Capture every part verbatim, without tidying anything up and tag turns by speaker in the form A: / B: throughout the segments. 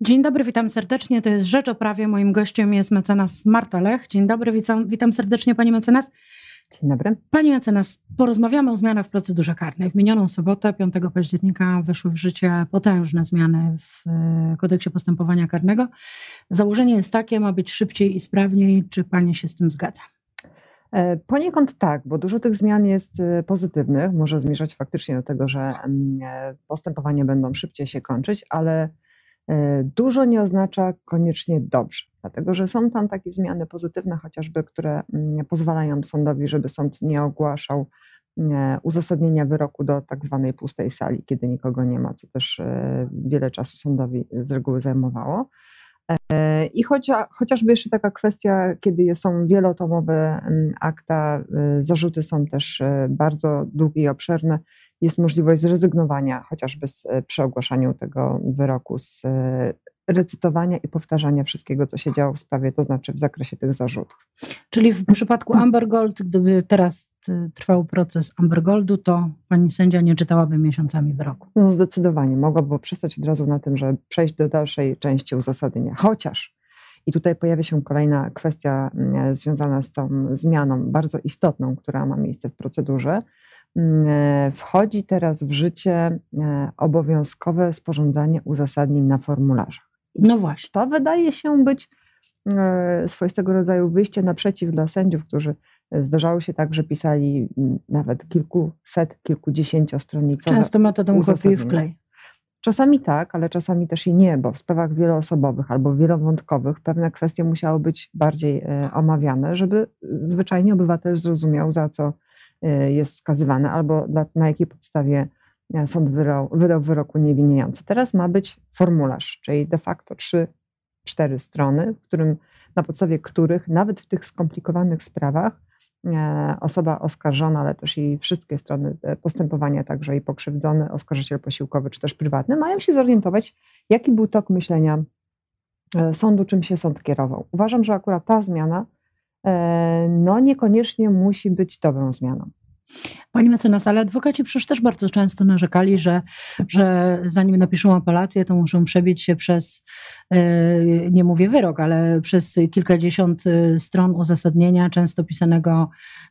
A: Dzień dobry, witam serdecznie. To jest Rzecz o Prawie. Moim gościem jest mecenas Marta Lech. Dzień dobry, witam, witam serdecznie pani mecenas.
B: Dzień dobry.
A: Pani mecenas, porozmawiamy o zmianach w procedurze karnej. W minioną sobotę, piątego października, weszły w życie potężne zmiany w Kodeksie Postępowania Karnego. Założenie jest takie, ma być szybciej i sprawniej. Czy pani się z tym zgadza?
B: Poniekąd tak, bo dużo tych zmian jest pozytywnych. Może zmierzać faktycznie do tego, że postępowania będą szybciej się kończyć, ale dużo nie oznacza koniecznie dobrze, dlatego że są tam takie zmiany pozytywne chociażby, które pozwalają sądowi, żeby sąd nie ogłaszał uzasadnienia wyroku do tak zwanej pustej sali, kiedy nikogo nie ma, co też wiele czasu sądowi z reguły zajmowało. I chocia, chociażby jeszcze taka kwestia, kiedy są wielotomowe akta, zarzuty są też bardzo długie i obszerne, jest możliwość zrezygnowania chociażby z, przy ogłaszaniu tego wyroku z recytowania i powtarzania wszystkiego, co się działo w sprawie, to znaczy w zakresie tych zarzutów.
A: Czyli w przypadku Amber Gold, gdyby teraz trwał proces Amber Goldu, to pani sędzia nie czytałaby miesiącami wyroku?
B: No zdecydowanie. Mogłaby przestać od razu na tym, że przejść do dalszej części uzasadnienia. Chociaż, i tutaj pojawia się kolejna kwestia związana z tą zmianą bardzo istotną, która ma miejsce w procedurze, wchodzi teraz w życie obowiązkowe sporządzanie uzasadnień na formularzach.
A: No właśnie.
B: To wydaje się być swoistego rodzaju wyjście naprzeciw dla sędziów, którzy zdarzało się tak, że pisali nawet kilkuset, kilkudziesięciostronicowe
A: Często metodą kopiuj wklej.
B: Czasami tak, ale czasami też i nie, bo w sprawach wieloosobowych albo wielowątkowych pewne kwestie musiały być bardziej omawiane, żeby zwyczajnie obywatel zrozumiał, za co jest skazywany albo na jakiej podstawie sąd wydał, wydał wyroku niewiniający. Teraz ma być formularz, czyli de facto trzy, cztery strony, w którym, na podstawie których nawet w tych skomplikowanych sprawach osoba oskarżona, ale też i wszystkie strony postępowania, także i pokrzywdzony, oskarżyciel posiłkowy czy też prywatny, mają się zorientować, jaki był tok myślenia sądu, czym się sąd kierował. Uważam, że akurat ta zmiana no niekoniecznie musi być dobrą zmianą.
A: Pani mecenas, ale adwokaci przecież też bardzo często narzekali, że, że zanim napiszą apelację, to muszą przebić się przez, nie mówię wyrok, ale przez kilkadziesiąt stron uzasadnienia, często pisanego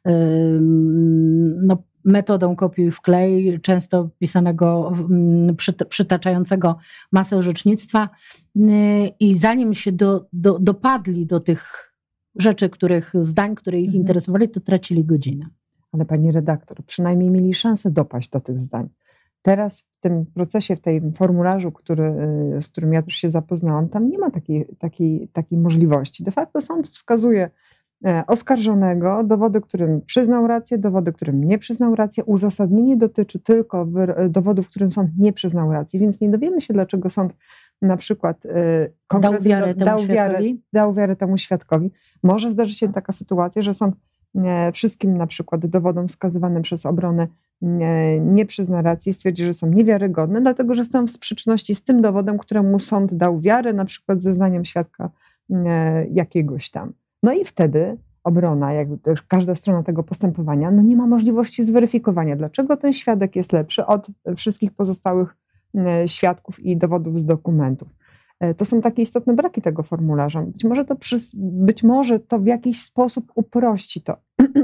A: no, metodą kopiuj wklej, często pisanego, przytaczającego masę orzecznictwa, i zanim się do, do, dopadli do tych rzeczy, których zdań, które ich mhm. interesowali, to tracili godzinę.
B: Ale pani redaktor, przynajmniej mieli szansę dopaść do tych zdań. Teraz w tym procesie, w tym formularzu, który, z którym ja też się zapoznałam, tam nie ma takiej, takiej, takiej możliwości. De facto sąd wskazuje oskarżonego, dowody, którym przyznał rację, dowody, którym nie przyznał rację. Uzasadnienie dotyczy tylko dowodów, którym sąd nie przyznał racji, więc nie dowiemy się, dlaczego sąd na przykład
A: dał wiarę,
B: do, dał, wiarę, dał wiarę temu świadkowi. Może zdarzyć się taka sytuacja, że sąd wszystkim na przykład dowodom wskazywanym przez obronę nie, nie przyzna racji, stwierdzi, że są niewiarygodne, dlatego że są w sprzeczności z tym dowodem, któremu sąd dał wiarę, na przykład zeznaniem świadka jakiegoś tam. No i wtedy obrona, jak też każda strona tego postępowania, no nie ma możliwości zweryfikowania, dlaczego ten świadek jest lepszy od wszystkich pozostałych świadków i dowodów z dokumentów. To są takie istotne braki tego formularza. Być może to, przy, być może to w jakiś sposób uprości to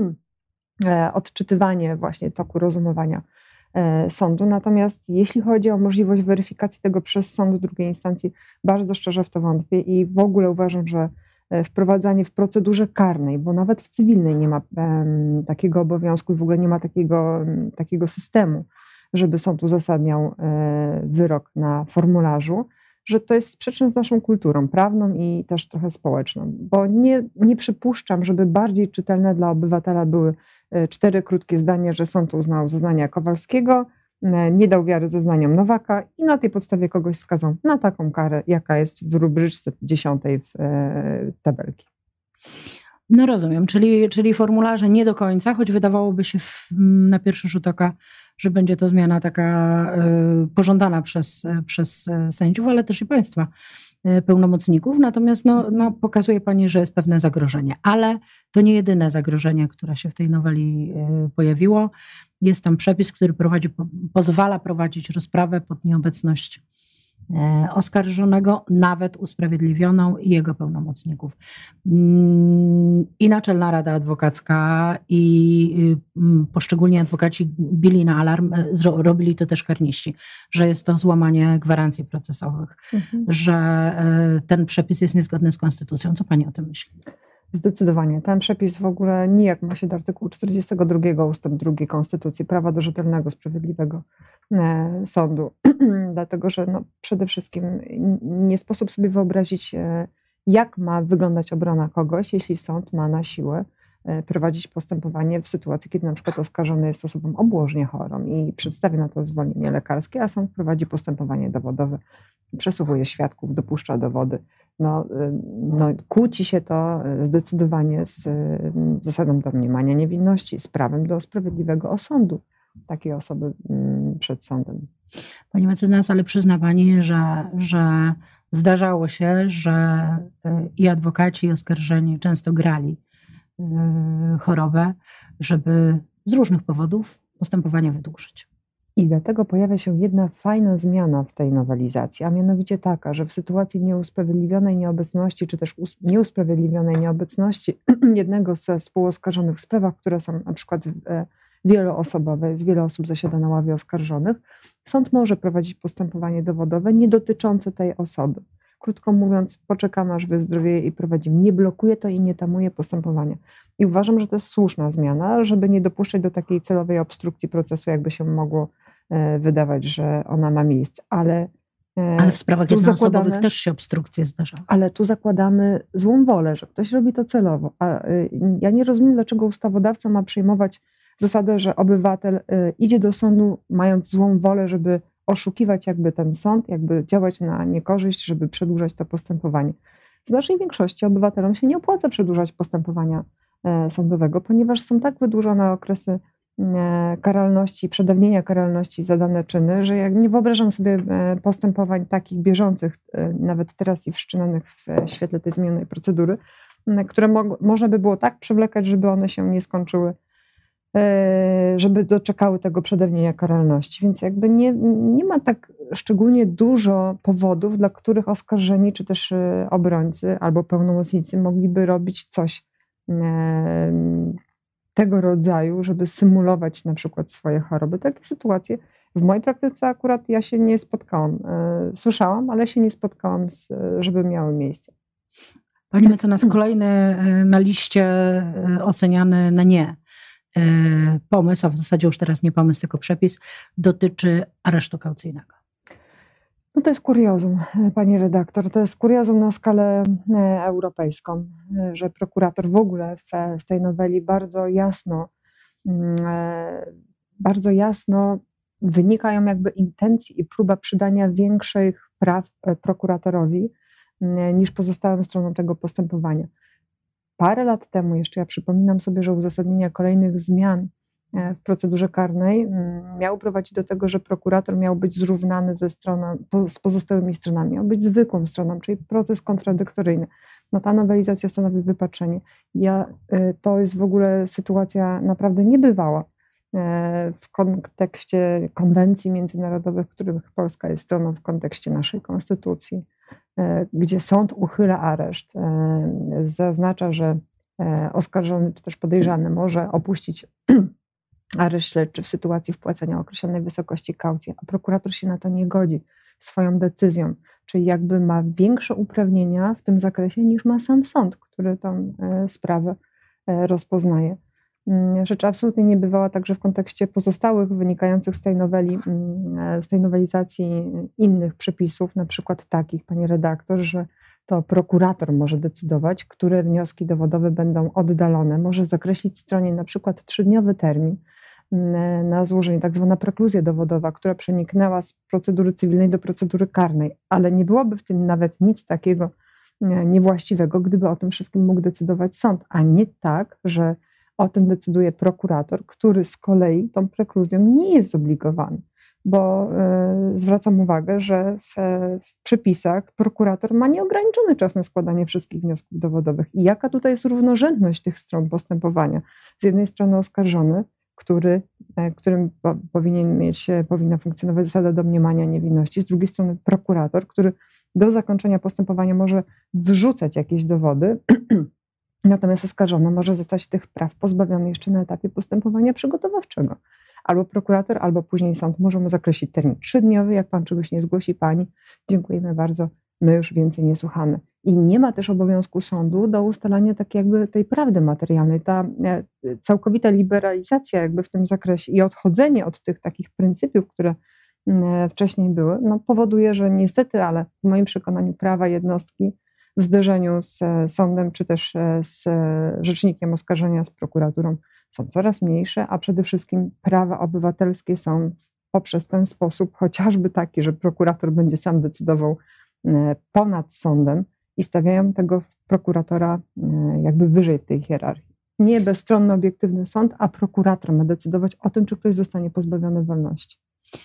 B: odczytywanie właśnie toku rozumowania sądu. Natomiast jeśli chodzi o możliwość weryfikacji tego przez sąd drugiej instancji, bardzo szczerze w to wątpię i w ogóle uważam, że wprowadzanie w procedurze karnej, bo nawet w cywilnej nie ma um, takiego obowiązku i w ogóle nie ma takiego, um, takiego systemu, żeby sąd uzasadniał um, wyrok na formularzu, że to jest sprzeczne z naszą kulturą prawną i też trochę społeczną, bo nie, nie przypuszczam, żeby bardziej czytelne dla obywatela były cztery krótkie zdania, że sąd uznał zeznania Kowalskiego, nie dał wiary zeznaniom Nowaka i na tej podstawie kogoś skazał na taką karę, jaka jest w rubryczce dziesiątej w e, tabelki.
A: No rozumiem, czyli, czyli formularze nie do końca, choć wydawałoby się w, na pierwszy rzut oka, że będzie to zmiana taka y, pożądana przez, przez sędziów, ale też i państwa y, pełnomocników. Natomiast no, no, pokazuje pani, że jest pewne zagrożenie. Ale to nie jedyne zagrożenie, które się w tej noweli y, pojawiło. Jest tam przepis, który prowadzi, po, pozwala prowadzić rozprawę pod nieobecność oskarżonego, nawet usprawiedliwioną i jego pełnomocników. I Naczelna Rada Adwokacka i poszczególni adwokaci bili na alarm, robili to też karniści, że jest to złamanie gwarancji procesowych, mhm. że ten przepis jest niezgodny z konstytucją. Co pani o tym myśli?
B: Zdecydowanie. Ten przepis w ogóle nijak ma się do artykułu czterdziestego drugiego ustęp drugi Konstytucji, prawa do rzetelnego, sprawiedliwego e, sądu. Dlatego, że no, przede wszystkim nie sposób sobie wyobrazić, e, jak ma wyglądać obrona kogoś, jeśli sąd ma na siłę e, prowadzić postępowanie w sytuacji, kiedy na przykład oskarżony jest osobą obłożnie chorą i przedstawia na to zwolnienie lekarskie, a sąd prowadzi postępowanie dowodowe, przesłuchuje świadków, dopuszcza dowody. No, no, kłóci się to zdecydowanie z zasadą domniemania niewinności, z prawem do sprawiedliwego osądu takiej osoby przed sądem.
A: Pani mecenas, ale przyzna pani, że, że zdarzało się, że i adwokaci, i oskarżeni często grali chorobę, żeby z różnych powodów postępowanie wydłużyć.
B: I dlatego pojawia się jedna fajna zmiana w tej nowelizacji, a mianowicie taka, że w sytuacji nieusprawiedliwionej nieobecności, czy też nieusprawiedliwionej nieobecności jednego ze współoskarżonych w sprawach, które są na przykład wieloosobowe, jest wiele osób zasiada na ławie oskarżonych, sąd może prowadzić postępowanie dowodowe nie dotyczące tej osoby. Krótko mówiąc, poczekamy aż wyzdrowieje i prowadzimy. Nie blokuje to i nie tamuje postępowania. I uważam, że to jest słuszna zmiana, żeby nie dopuszczać do takiej celowej obstrukcji procesu, jakby się mogło wydawać, że ona ma miejsce. Ale,
A: ale w sprawach jednoosobowych też się obstrukcje zdarzają.
B: Ale tu zakładamy złą wolę, że ktoś robi to celowo. A ja nie rozumiem, dlaczego ustawodawca ma przyjmować zasadę, że obywatel idzie do sądu mając złą wolę, żeby oszukiwać jakby ten sąd, jakby działać na niekorzyść, żeby przedłużać to postępowanie. W znacznej większości obywatelom się nie opłaca przedłużać postępowania sądowego, ponieważ są tak wydłużone okresy karalności, przedawnienia karalności za dane czyny, że jak nie wyobrażam sobie postępowań takich bieżących, nawet teraz i wszczynanych w świetle tej zmienionej procedury, które mo- można by było tak przewlekać, żeby one się nie skończyły, żeby doczekały tego przedawnienia karalności. Więc jakby nie, nie ma tak szczególnie dużo powodów, dla których oskarżeni, czy też obrońcy albo pełnomocnicy mogliby robić coś tego rodzaju, żeby symulować na przykład swoje choroby. Takie sytuacje w mojej praktyce akurat ja się nie spotkałam. Słyszałam, ale się nie spotkałam, z, żeby miały miejsce.
A: Pani mecenas, kolejny na liście oceniany na nie pomysł, a w zasadzie już teraz nie pomysł, tylko przepis, dotyczy aresztu kaucyjnego.
B: No to jest kuriozum, pani redaktor. To jest kuriozum na skalę europejską, że prokurator w ogóle w, z tej noweli bardzo jasno, bardzo jasno wynikają jakby intencji i próba przydania większych praw prokuratorowi niż pozostałym stronom tego postępowania. Parę lat temu jeszcze, ja przypominam sobie, że uzasadnienia kolejnych zmian w procedurze karnej miały prowadzić do tego, że prokurator miał być zrównany ze stroną, z pozostałymi stronami, miał być zwykłą stroną, czyli proces kontradyktoryjny. No ta nowelizacja stanowi wypaczenie. Ja, to jest w ogóle sytuacja naprawdę niebywała w kontekście konwencji międzynarodowych, których Polska jest stroną, w kontekście naszej konstytucji, gdzie sąd uchyla areszt, zaznacza, że oskarżony czy też podejrzany może opuścić areszt śledczy w sytuacji wpłacenia określonej wysokości kaucji, a prokurator się na to nie godzi swoją decyzją, czyli jakby ma większe uprawnienia w tym zakresie niż ma sam sąd, który tę sprawę rozpoznaje. Rzecz absolutnie nie bywała także w kontekście pozostałych wynikających z tej noweli, z tej nowelizacji innych przepisów, na przykład takich, pani redaktor, że to prokurator może decydować, które wnioski dowodowe będą oddalone, może zakreślić stronie na przykład trzydniowy termin na złożenie, tak zwana prekluzja dowodowa, która przeniknęła z procedury cywilnej do procedury karnej, ale nie byłoby w tym nawet nic takiego niewłaściwego, gdyby o tym wszystkim mógł decydować sąd, a nie tak, że o tym decyduje prokurator, który z kolei tą prekluzją nie jest zobligowany, bo y, zwracam uwagę, że w, w przepisach prokurator ma nieograniczony czas na składanie wszystkich wniosków dowodowych. I jaka tutaj jest równorzędność tych stron postępowania? Z jednej strony oskarżony który, którym powinien mieć, powinna funkcjonować zasada domniemania niewinności. Z drugiej strony prokurator, który do zakończenia postępowania może wyrzucać jakieś dowody, natomiast oskarżony może zostać tych praw pozbawiony jeszcze na etapie postępowania przygotowawczego. Albo prokurator, albo później sąd może mu zakreślić termin trzydniowy, jak pan czegoś nie zgłosi, pani, dziękujemy bardzo, my już więcej nie słuchamy. I nie ma też obowiązku sądu do ustalania takiej jakby tej prawdy materialnej. Ta całkowita liberalizacja jakby w tym zakresie i odchodzenie od tych takich pryncypiów, które wcześniej były, no powoduje, że niestety, ale w moim przekonaniu prawa jednostki w zderzeniu z sądem, czy też z rzecznikiem oskarżenia, z prokuraturą są coraz mniejsze, a przede wszystkim prawa obywatelskie są poprzez ten sposób, chociażby taki, że prokurator będzie sam decydował ponad sądem i stawiają tego prokuratora jakby wyżej w tej hierarchii. Nie bezstronny, obiektywny sąd, a prokurator ma decydować o tym, czy ktoś zostanie pozbawiony wolności.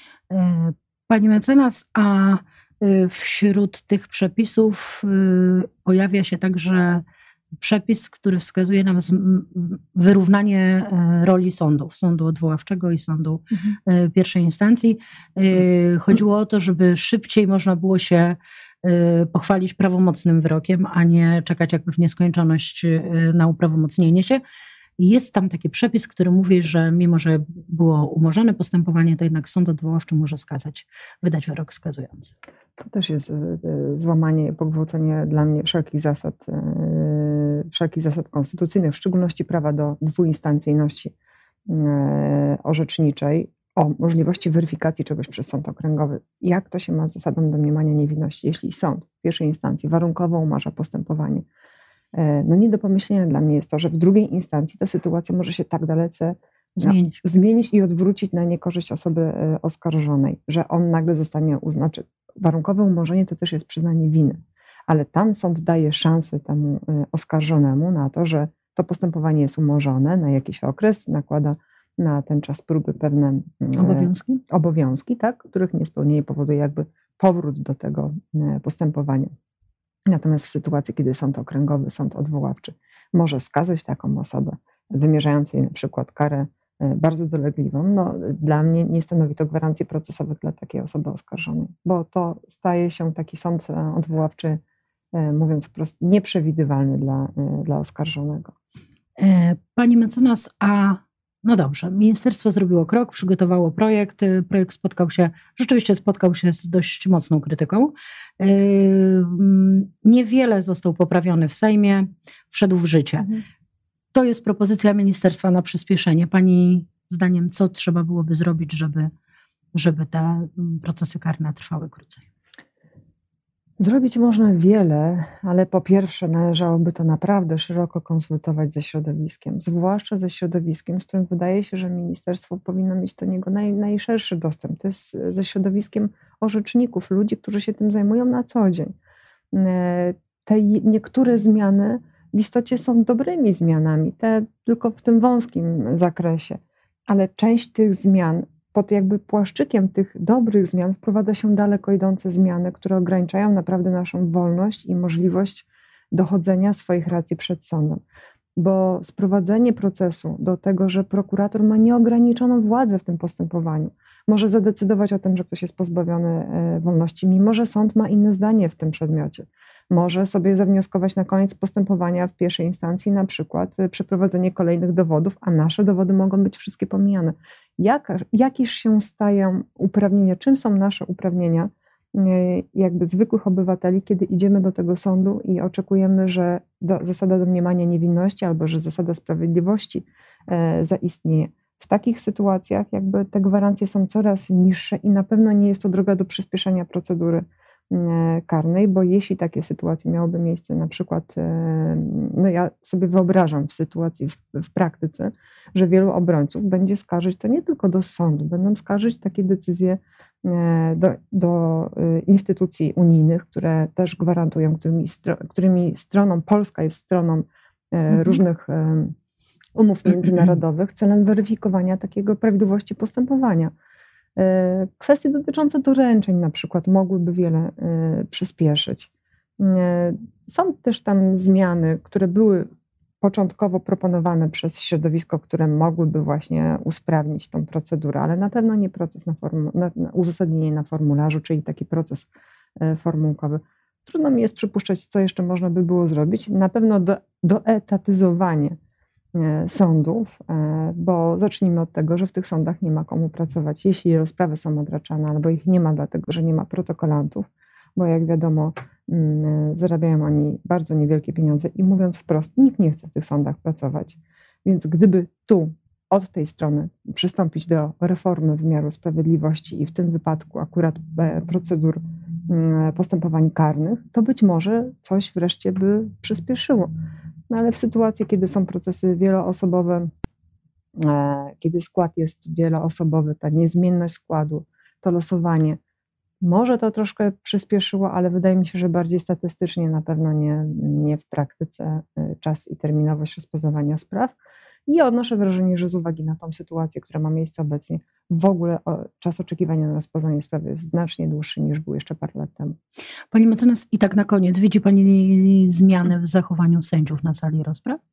A: Pani mecenas, a wśród tych przepisów pojawia się także przepis, który wskazuje nam wyrównanie roli sądów, sądu odwoławczego i sądu mhm. pierwszej instancji. Chodziło o to, żeby szybciej można było się pochwalić prawomocnym wyrokiem, a nie czekać jakby w nieskończoność na uprawomocnienie się. Jest tam taki przepis, który mówi, że mimo, że było umorzone postępowanie, to jednak sąd odwoławczy może skazać, wydać wyrok skazujący.
B: To też jest złamanie i pogwałcenie dla mnie wszelkich zasad, wszelkich zasad konstytucyjnych, w szczególności prawa do dwuinstancyjności orzeczniczej, o możliwości weryfikacji czegoś przez sąd okręgowy. Jak to się ma z zasadą domniemania niewinności, jeśli sąd w pierwszej instancji warunkowo umarza postępowanie? No nie do pomyślenia dla mnie jest to, że w drugiej instancji ta sytuacja może się tak dalece zmienić, zmienić i odwrócić na niekorzyść osoby oskarżonej, że on nagle zostanie uznany. Znaczy, warunkowe umorzenie to też jest przyznanie winy, ale tam sąd daje szansę temu oskarżonemu na to, że to postępowanie jest umorzone na jakiś okres, nakłada na ten czas próby pewne
A: obowiązki,
B: obowiązki tak, których niespełnienie powoduje jakby powrót do tego postępowania. Natomiast w sytuacji, kiedy sąd okręgowy, sąd odwoławczy może skazać taką osobę, wymierzając jej na przykład karę bardzo dolegliwą, no dla mnie nie stanowi to gwarancji procesowych dla takiej osoby oskarżonej, bo to staje się taki sąd odwoławczy, mówiąc wprost, nieprzewidywalny dla, dla oskarżonego.
A: Pani mecenas, a no dobrze, ministerstwo zrobiło krok, przygotowało projekt, projekt spotkał się, rzeczywiście spotkał się z dość mocną krytyką. Niewiele został poprawiony w Sejmie, wszedł w życie. Mhm. To jest propozycja ministerstwa na przyspieszenie. Pani zdaniem, co trzeba byłoby zrobić, żeby, żeby te procesy karne trwały krócej?
B: Zrobić można wiele, ale po pierwsze należałoby to naprawdę szeroko konsultować ze środowiskiem, zwłaszcza ze środowiskiem, z którym wydaje się, że ministerstwo powinno mieć do niego naj, najszerszy dostęp. To jest ze środowiskiem orzeczników, ludzi, którzy się tym zajmują na co dzień. Te niektóre zmiany w istocie są dobrymi zmianami, te tylko w tym wąskim zakresie, ale część tych zmian pod jakby płaszczykiem tych dobrych zmian wprowadza się daleko idące zmiany, które ograniczają naprawdę naszą wolność i możliwość dochodzenia swoich racji przed sądem. Bo sprowadzenie procesu do tego, że prokurator ma nieograniczoną władzę w tym postępowaniu, może zadecydować o tym, że ktoś jest pozbawiony wolności, mimo że sąd ma inne zdanie w tym przedmiocie. Może sobie zawnioskować na koniec postępowania w pierwszej instancji na przykład przeprowadzenie kolejnych dowodów, a nasze dowody mogą być wszystkie pomijane. Jak, jakież się stają uprawnienia, czym są nasze uprawnienia jakby zwykłych obywateli, kiedy idziemy do tego sądu i oczekujemy, że do, zasada domniemania niewinności albo że zasada sprawiedliwości e, zaistnieje. W takich sytuacjach jakby te gwarancje są coraz niższe i na pewno nie jest to droga do przyspieszenia procedury karnej, bo jeśli takie sytuacje miałyby miejsce na przykład, no ja sobie wyobrażam w sytuacji, w, w praktyce, że wielu obrońców będzie skarżyć to nie tylko do sądu, będą skarżyć takie decyzje do, do instytucji unijnych, które też gwarantują, którymi, którymi stroną, Polska jest stroną mhm. różnych umów międzynarodowych celem weryfikowania takiego prawidłowości postępowania. Kwestie dotyczące doręczeń na przykład mogłyby wiele przyspieszyć. Są też tam zmiany, które były początkowo proponowane przez środowisko, które mogłyby właśnie usprawnić tą procedurę, ale na pewno nie proces na, formu, na, na uzasadnienie na formularzu, czyli taki proces formułkowy. Trudno mi jest przypuszczać, co jeszcze można by było zrobić. Na pewno do, doetatyzowanie sądów, bo zacznijmy od tego, że w tych sądach nie ma komu pracować. Jeśli rozprawy są odraczane, albo ich nie ma dlatego, że nie ma protokolantów, bo jak wiadomo, zarabiają oni bardzo niewielkie pieniądze i mówiąc wprost, nikt nie chce w tych sądach pracować. Więc gdyby tu od tej strony przystąpić do reformy wymiaru sprawiedliwości i w tym wypadku akurat procedur postępowań karnych, to być może coś wreszcie by przyspieszyło. No ale w sytuacji, kiedy są procesy wieloosobowe, kiedy skład jest wieloosobowy, ta niezmienność składu, to losowanie, może to troszkę przyspieszyło, ale wydaje mi się, że bardziej statystycznie, na pewno nie, nie w praktyce czas i terminowość rozpoznawania spraw. I ja odnoszę wrażenie, że z uwagi na tą sytuację, która ma miejsce obecnie, w ogóle czas oczekiwania na rozpoznanie sprawy jest znacznie dłuższy niż był jeszcze parę lat temu.
A: Pani mecenas, i tak na koniec, widzi Pani zmiany w zachowaniu sędziów na sali rozpraw?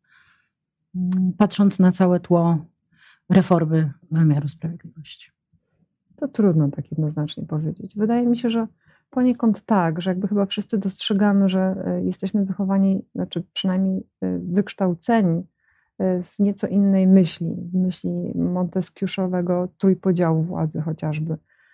A: Patrząc na całe tło reformy wymiaru sprawiedliwości.
B: To trudno tak jednoznacznie powiedzieć. Wydaje mi się, że poniekąd tak, że jakby chyba wszyscy dostrzegamy, że jesteśmy wychowani, znaczy przynajmniej wykształceni w nieco innej myśli, w myśli monteskiuszowego trójpodziału władzy chociażby.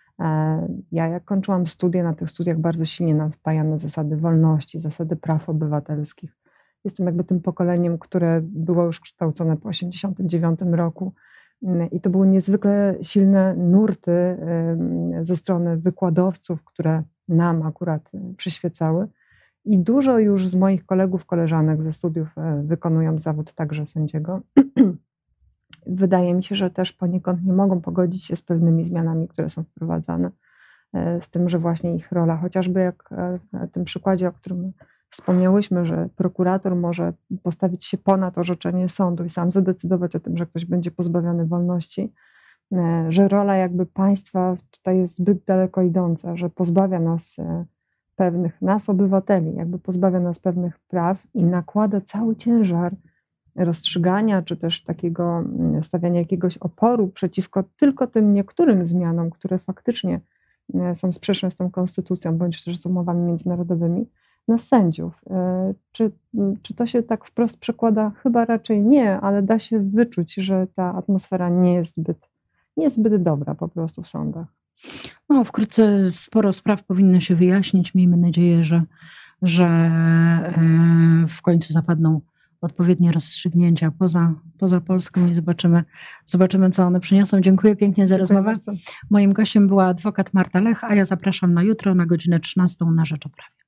B: Ja jak kończyłam studia, na tych studiach bardzo silnie nam wpajano zasady wolności, zasady praw obywatelskich. Jestem jakby tym pokoleniem, które było już kształcone po osiemdziesiątym dziewiątym roku i to były niezwykle silne nurty ze strony wykładowców, które nam akurat przyświecały. I dużo już z moich kolegów, koleżanek ze studiów wykonują zawód także sędziego. Wydaje mi się, że też poniekąd nie mogą pogodzić się z pewnymi zmianami, które są wprowadzane. Z tym, że właśnie ich rola, chociażby jak w tym przykładzie, o którym wspomniałyśmy, że prokurator może postawić się ponad orzeczenie sądu i sam zadecydować o tym, że ktoś będzie pozbawiony wolności, że rola jakby państwa tutaj jest zbyt daleko idąca, że pozbawia nas pewnych, nas obywateli, jakby pozbawia nas pewnych praw i nakłada cały ciężar rozstrzygania, czy też takiego stawiania jakiegoś oporu przeciwko tylko tym niektórym zmianom, które faktycznie są sprzeczne z tą konstytucją, bądź też z umowami międzynarodowymi, na sędziów. Czy, czy to się tak wprost przekłada? Chyba raczej nie, ale da się wyczuć, że ta atmosfera nie jest zbyt, nie jest zbyt dobra po prostu w sądach.
A: No, wkrótce sporo spraw powinno się wyjaśnić. Miejmy nadzieję, że, że w końcu zapadną odpowiednie rozstrzygnięcia poza, poza Polską i zobaczymy, zobaczymy, co one przyniosą. Dziękuję pięknie za
B: Dziękuję
A: rozmowę.
B: bardzo.
A: Moim gościem była adwokat Marta Lech, a ja zapraszam na jutro na godzinę trzynastą na Rzecz o Prawie.